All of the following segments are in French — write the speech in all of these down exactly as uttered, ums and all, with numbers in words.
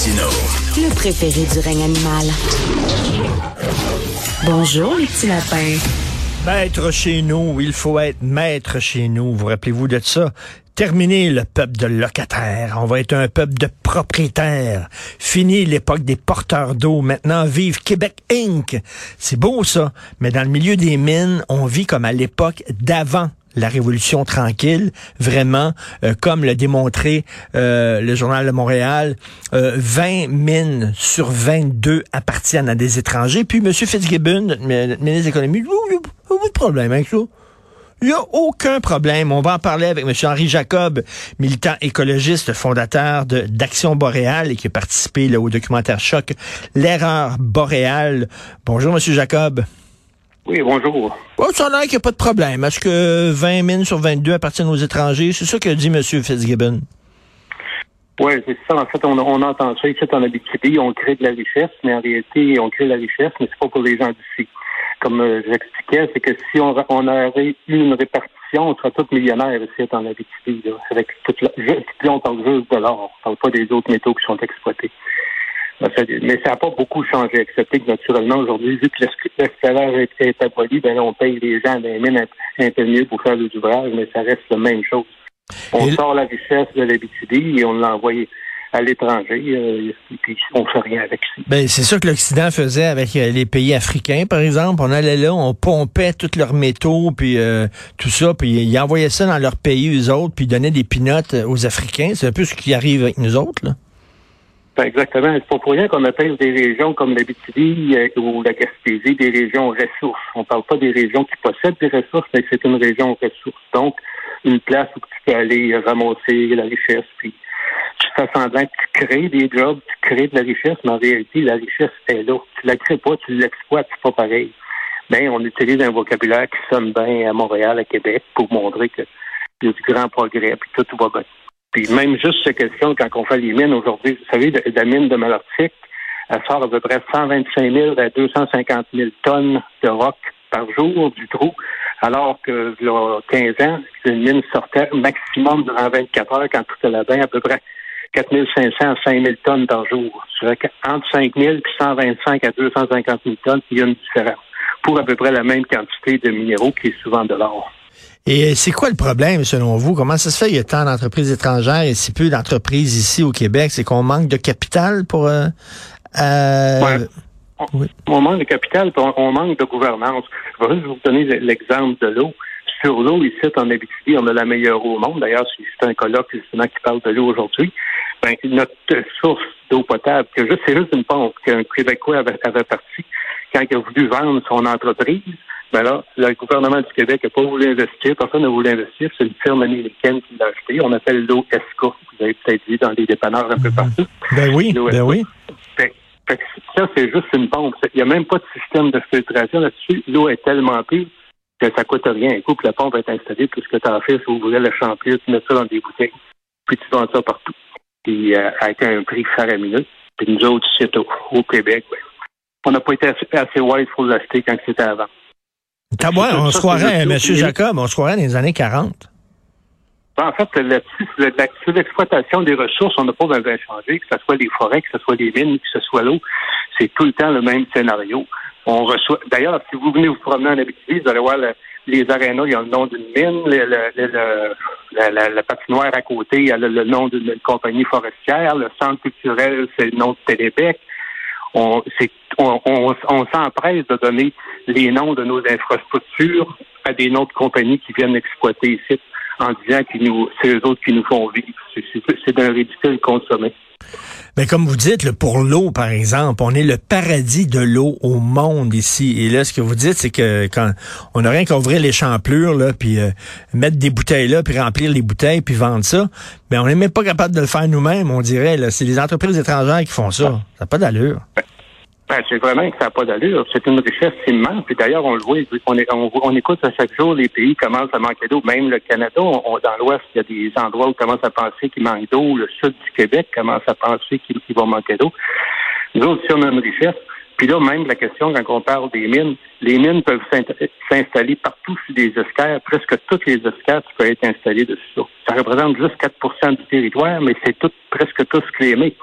Martineau. Le préféré du règne animal. Bonjour, les petits lapins. Maître chez nous, il faut être maître chez nous. Vous rappelez-vous de ça? Terminer le peuple de locataires. On va être un peuple de propriétaires. Fini l'époque des porteurs d'eau. Maintenant, vive Québec Incorporé. C'est beau, ça. Mais dans le milieu des mines, on vit comme à l'époque d'avant la Révolution tranquille, vraiment, euh, comme l'a démontré euh, le Journal de Montréal, euh, vingt mines sur vingt-deux appartiennent à des étrangers. Puis M. Fitzgibbon, notre, notre ministre de l'Économie, il n'y a pas de problème avec ça. Il n'y a aucun problème. On va en parler avec M. Henri Jacob, militant écologiste, fondateur de d'Action Boréale et qui a participé là, au documentaire Choc, L'erreur boréale. Bonjour, M. Jacob. Oui, bonjour. Oh, ça a l'air qu'il n'y a pas de problème. Est-ce que vingt mines sur vingt-deux appartiennent aux étrangers? C'est ça qu'a dit M. Fitzgibbon. Oui, c'est ça. En fait, on, on entend ça ici en Abitibi. On crée de la richesse, mais en réalité, on crée de la richesse, mais c'est pas pour les gens d'ici. Comme euh, j'expliquais, c'est que si on, on avait eu une répartition, on serait tous millionnaires ici en Abitibi. Là, avec toute la, juste, là, on parle juste de l'or. On parle pas des autres métaux qui sont exploités. Mais ça n'a pas beaucoup changé, excepté que naturellement, aujourd'hui, vu que l'esclavage est aboli, ben là, on paye les gens dans les mines un, un peu mieux pour faire les ouvrages, mais ça reste la même chose. On et sort la richesse de l'Abitibi et on l'envoie à l'étranger, euh, et puis on fait rien avec ça. Ben, c'est ça que l'Occident faisait avec euh, les pays africains, par exemple. On allait là, on pompait tous leurs métaux, puis euh, tout ça, puis ils envoyaient ça dans leur pays, eux autres, puis ils donnaient des pinottes aux Africains. C'est un peu ce qui arrive avec nous autres, là. Ben exactement. C'est pas pour rien qu'on appelle des régions comme l'Abitibi euh, ou la Gaspésie des régions ressources. On parle pas des régions qui possèdent des ressources, mais c'est une région ressource. Donc, une place où tu peux aller ramasser la richesse, puis tu fais semblant que tu crées des jobs, tu crées de la richesse, mais en réalité, la richesse est là. Tu la crées pas, tu l'exploites, c'est pas pareil. Ben, on utilise un vocabulaire qui sonne bien à Montréal, à Québec, pour montrer qu'il y a du grand progrès, puis tout va bien. Puis même juste cette question, quand on fait les mines aujourd'hui, vous savez, de, la mine de Malartic, elle sort à peu près cent vingt-cinq mille à deux cent cinquante mille tonnes de roc par jour du trou, alors que il y a quinze ans, une mine sortait maximum durant vingt-quatre heures quand tout allait bien, à peu près quatre mille cinq cents à cinq mille tonnes par jour. C'est entre cinq mille et cent vingt-cinq à deux cent cinquante mille tonnes, il y a une différence pour à peu près la même quantité de minéraux qui est souvent de l'or. Et c'est quoi le problème, selon vous? Comment ça se fait qu'il y a tant d'entreprises étrangères et si peu d'entreprises ici au Québec? C'est qu'on manque de capital pour... Euh, euh... Ouais. On, oui. on manque de capital, puis on, on manque de gouvernance. Je vais juste vous donner l'exemple de l'eau. Sur l'eau, ici, en Abitibi, on a la meilleure eau au monde. D'ailleurs, c'est un colloque justement qui parle de l'eau aujourd'hui. Ben, notre source d'eau potable, que juste, c'est juste une pompe qu'un Québécois avait, avait parti quand il a voulu vendre son entreprise. Ben là, le gouvernement du Québec n'a pas voulu investir, personne n'a voulu investir, c'est une firme américaine qui l'a acheté. On appelle l'eau E S C A. Vous avez peut-être vu dans les dépanneurs un peu partout. Ben oui, ben oui. Fait, fait que ça, c'est juste une pompe. Il n'y a même pas de système de filtration là-dessus. L'eau est tellement pure que ça coûte rien. Un coup, puis la pompe est installée, tout ce que tu as fait, c'est ouvrir le champion, tu mets ça dans des bouteilles, puis tu vends ça partout. Puis euh, avec un prix faramineux. Puis nous autres, c'est au, au Québec, ben, on n'a pas été assez, assez wise pour l'acheter quand c'était avant. Tabouin, on se croirait, M. Jacob, on se croirait dans les années quarante. En fait, là-dessus, sur l'exploitation des ressources, on n'a pas besoin de changer, que ce soit les forêts, que ce soit les mines, que ce soit l'eau. C'est tout le temps le même scénario. On reçoit. D'ailleurs, si vous venez vous promener en Abitibi, vous allez voir le, les arénas, il y a le nom d'une mine, le, le, le, la, la, la patinoire à côté, il y a le, le nom d'une compagnie forestière, le centre culturel, c'est le nom de Télébec. On, c'est, on, on, on s'empresse de donner les noms de nos infrastructures à des noms de compagnies qui viennent exploiter ici en disant que nous, c'est eux autres qui nous font vivre. C'est, c'est, c'est d'un ridicule consommé. Mais comme vous dites, là, pour l'eau, par exemple, on est le paradis de l'eau au monde ici. Et là, ce que vous dites, c'est que quand on n'a rien qu'à ouvrir les champlures, là, puis euh, mettre des bouteilles là, puis remplir les bouteilles, puis vendre ça, mais on n'est même pas capable de le faire nous-mêmes, on dirait. Là, c'est les entreprises étrangères qui font ça. Ça n'a pas d'allure. Ben, c'est vraiment que ça n'a pas d'allure. C'est une richesse immense. Puis d'ailleurs, on le voit, on, est, on, on écoute à chaque jour, les pays commencent à manquer d'eau. Même le Canada, on, dans l'Ouest, il y a des endroits où on commence à penser qu'il manque d'eau. Le sud du Québec commence à penser qu'il, qu'il va manquer d'eau. Nous autres, si on a une richesse. Puis là, même la question, quand on parle des mines, les mines peuvent s'installer partout sur des escales. Presque toutes les escales, tu peux être installé dessus ça. Ça représente juste quatre pour cent du territoire, mais c'est tout, presque tout clémé.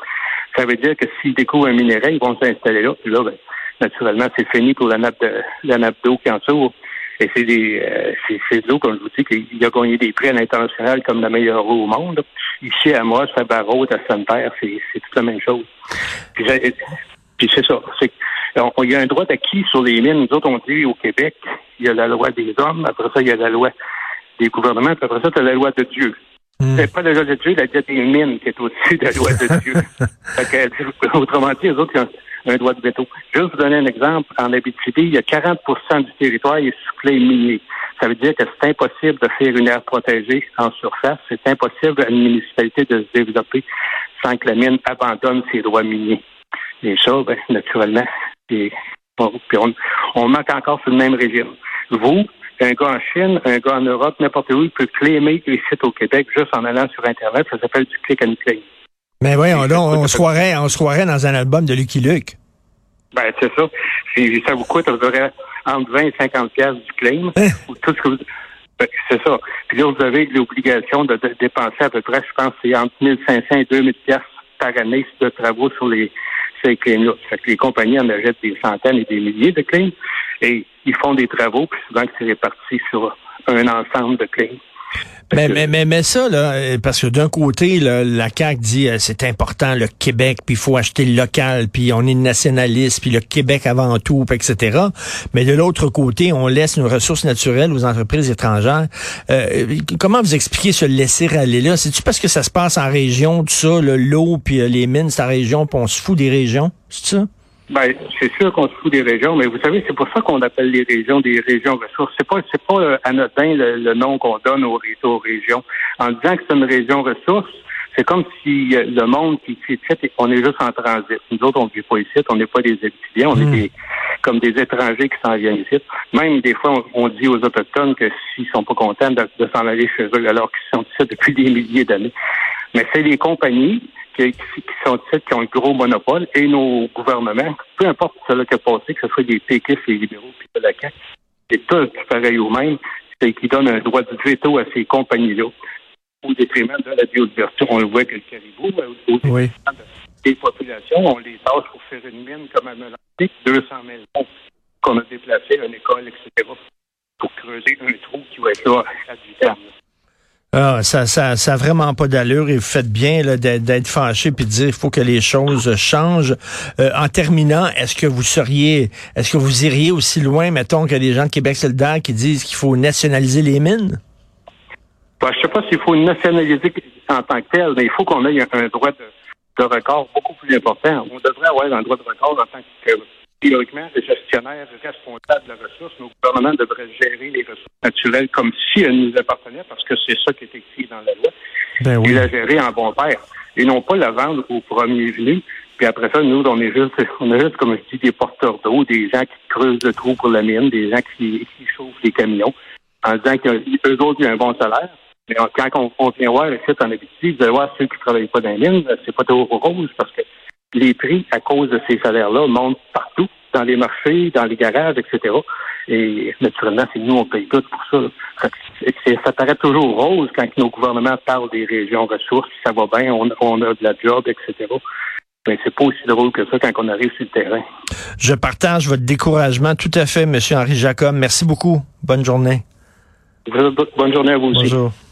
Ça veut dire que s'ils découvrent un minerai, ils vont s'installer là. Puis là, ben, naturellement, c'est fini pour la nappe de, la nappe d'eau qui entoure. Et c'est des, euh, c'est, c'est de l'eau, comme je vous dis, qu'il a gagné des prix à l'international comme la meilleure eau au monde. Ici, à Moss, à Barraud, à Sainte-Terre, c'est, c'est toute la même chose. Puis, puis c'est ça. C'est, on, il y a un droit d'acquis sur les mines. Nous autres, on dit au Québec, il y a la loi des hommes, après ça, il y a la loi des gouvernements, puis après ça, tu as la loi de Dieu. Mm. C'est pas la loi de Dieu, la loi des mines qui est au-dessus de la loi de Dieu. Fait que, autrement dit, les autres, ils ont un droit de veto. Juste vous donner un exemple, en Abitibi, il y a quarante pour cent du territoire qui est sous claim minier. Ça veut dire que c'est impossible de faire une aire protégée en surface. C'est impossible à une municipalité de se développer sans que la mine abandonne ses droits miniers. Et ça, ben, naturellement, et, bon, puis on, on manque encore sur le même régime. Vous, un gars en Chine, un gars en Europe, n'importe où, il peut claimer les sites au Québec juste en allant sur Internet. Ça s'appelle du click and claim. Mais voyons donc, on, on se croirait, on se croirait dans un album de Lucky Luke. Ben, c'est ça. Si ça vous coûte, ça vous aurait entre vingt et cinquante piastres du claim. Hein? Ou tout ce que vous... ben, c'est ça. Puis là, vous avez l'obligation de, de dépenser à peu près, je pense, c'est entre mille cinq cents et deux mille piastres par année de travaux sur les, ces claims-là. Fait que les compagnies en achètent des centaines et des milliers de claims et ils font des travaux, puis souvent que c'est réparti sur un ensemble de claims. Mais, mais, mais, mais ça, là, parce que d'un côté, là, la C A Q dit euh, c'est important, le Québec, puis il faut acheter le local, puis on est nationaliste, puis le Québec avant tout, et cetera. Mais de l'autre côté, on laisse une ressource naturelle aux entreprises étrangères. Euh, comment vous expliquez ce laisser-aller-là? C'est-tu parce que ça se passe en région, tout ça, le, l'eau, puis les mines, c'est en région, puis on se fout des régions? C'est ça? Ben, c'est sûr qu'on se fout des régions, mais vous savez, c'est pour ça qu'on appelle les régions des régions ressources. C'est pas, c'est pas euh, anodin le, le nom qu'on donne aux, aux régions. En disant que c'est une région ressource, c'est comme si euh, le monde qui est ici, on est juste en transit. Nous autres, on ne vit pas ici, on n'est pas des étudiants, on mmh. est des, comme des étrangers qui s'en viennent ici. Même des fois, on, on dit aux Autochtones que s'ils sont pas contents de, de s'en aller chez eux, alors qu'ils sont ici depuis des milliers d'années. Mais c'est les compagnies qui, qui sont ici, qui ont un gros monopole, et nos gouvernements, peu importe ce qui a passé, que ce soit des péquistes, les libéraux, puis de la C A Q, c'est tout pareil au même, c'est qu'ils donnent un droit de veto à ces compagnies-là, au détriment de la biodiversité. On le voit avec le caribou, au détriment oui. des populations, on les tasse pour faire une mine comme à Melançon, deux cent mille tonnes qu'on a déplacé à une école, et cetera, pour creuser un trou qui va être là à du terme. Ah, ça, ça, ça a vraiment pas d'allure et vous faites bien là, d'être, d'être fâché puis de dire il faut que les choses changent. Euh, en terminant, est-ce que vous seriez, est-ce que vous iriez aussi loin, mettons, que des gens de Québec solidaire qui disent qu'il faut nationaliser les mines? Ben, je sais pas s'il faut nationaliser en tant que tel, mais il faut qu'on ait un droit de, de record beaucoup plus important. On devrait avoir un droit de record en tant que théoriquement, les gestionnaires responsables de la ressource, nos gouvernements devraient gérer les ressources naturelles comme si elles nous appartenaient, parce que c'est ça qui est écrit dans la loi. Ben oui. Et la gérer en bon père. Et non pas la vendre au premier venu. Puis après ça, nous, on est juste, on est juste, comme je dis, des porteurs d'eau, des gens qui creusent le trou pour la mine, des gens qui, qui chauffent les camions, en disant qu'eux autres, ils ont un bon salaire. Mais quand on, on vient voir le site en Abitibi, vous allez voir ceux qui ne travaillent pas dans la mine, c'est pas trop rose, parce que les prix, à cause de ces salaires-là, montent partout, dans les marchés, dans les garages, et cetera. Et naturellement, c'est nous, on paye tout pour ça. Ça, ça paraît toujours rose quand nos gouvernements parlent des régions ressources, ça va bien, on, on a de la job, et cetera. Mais c'est pas aussi drôle que ça quand on arrive sur le terrain. Je partage votre découragement tout à fait, M. Henri Jacob. Merci beaucoup. Bonne journée. Bonne journée à vous aussi. Bonjour.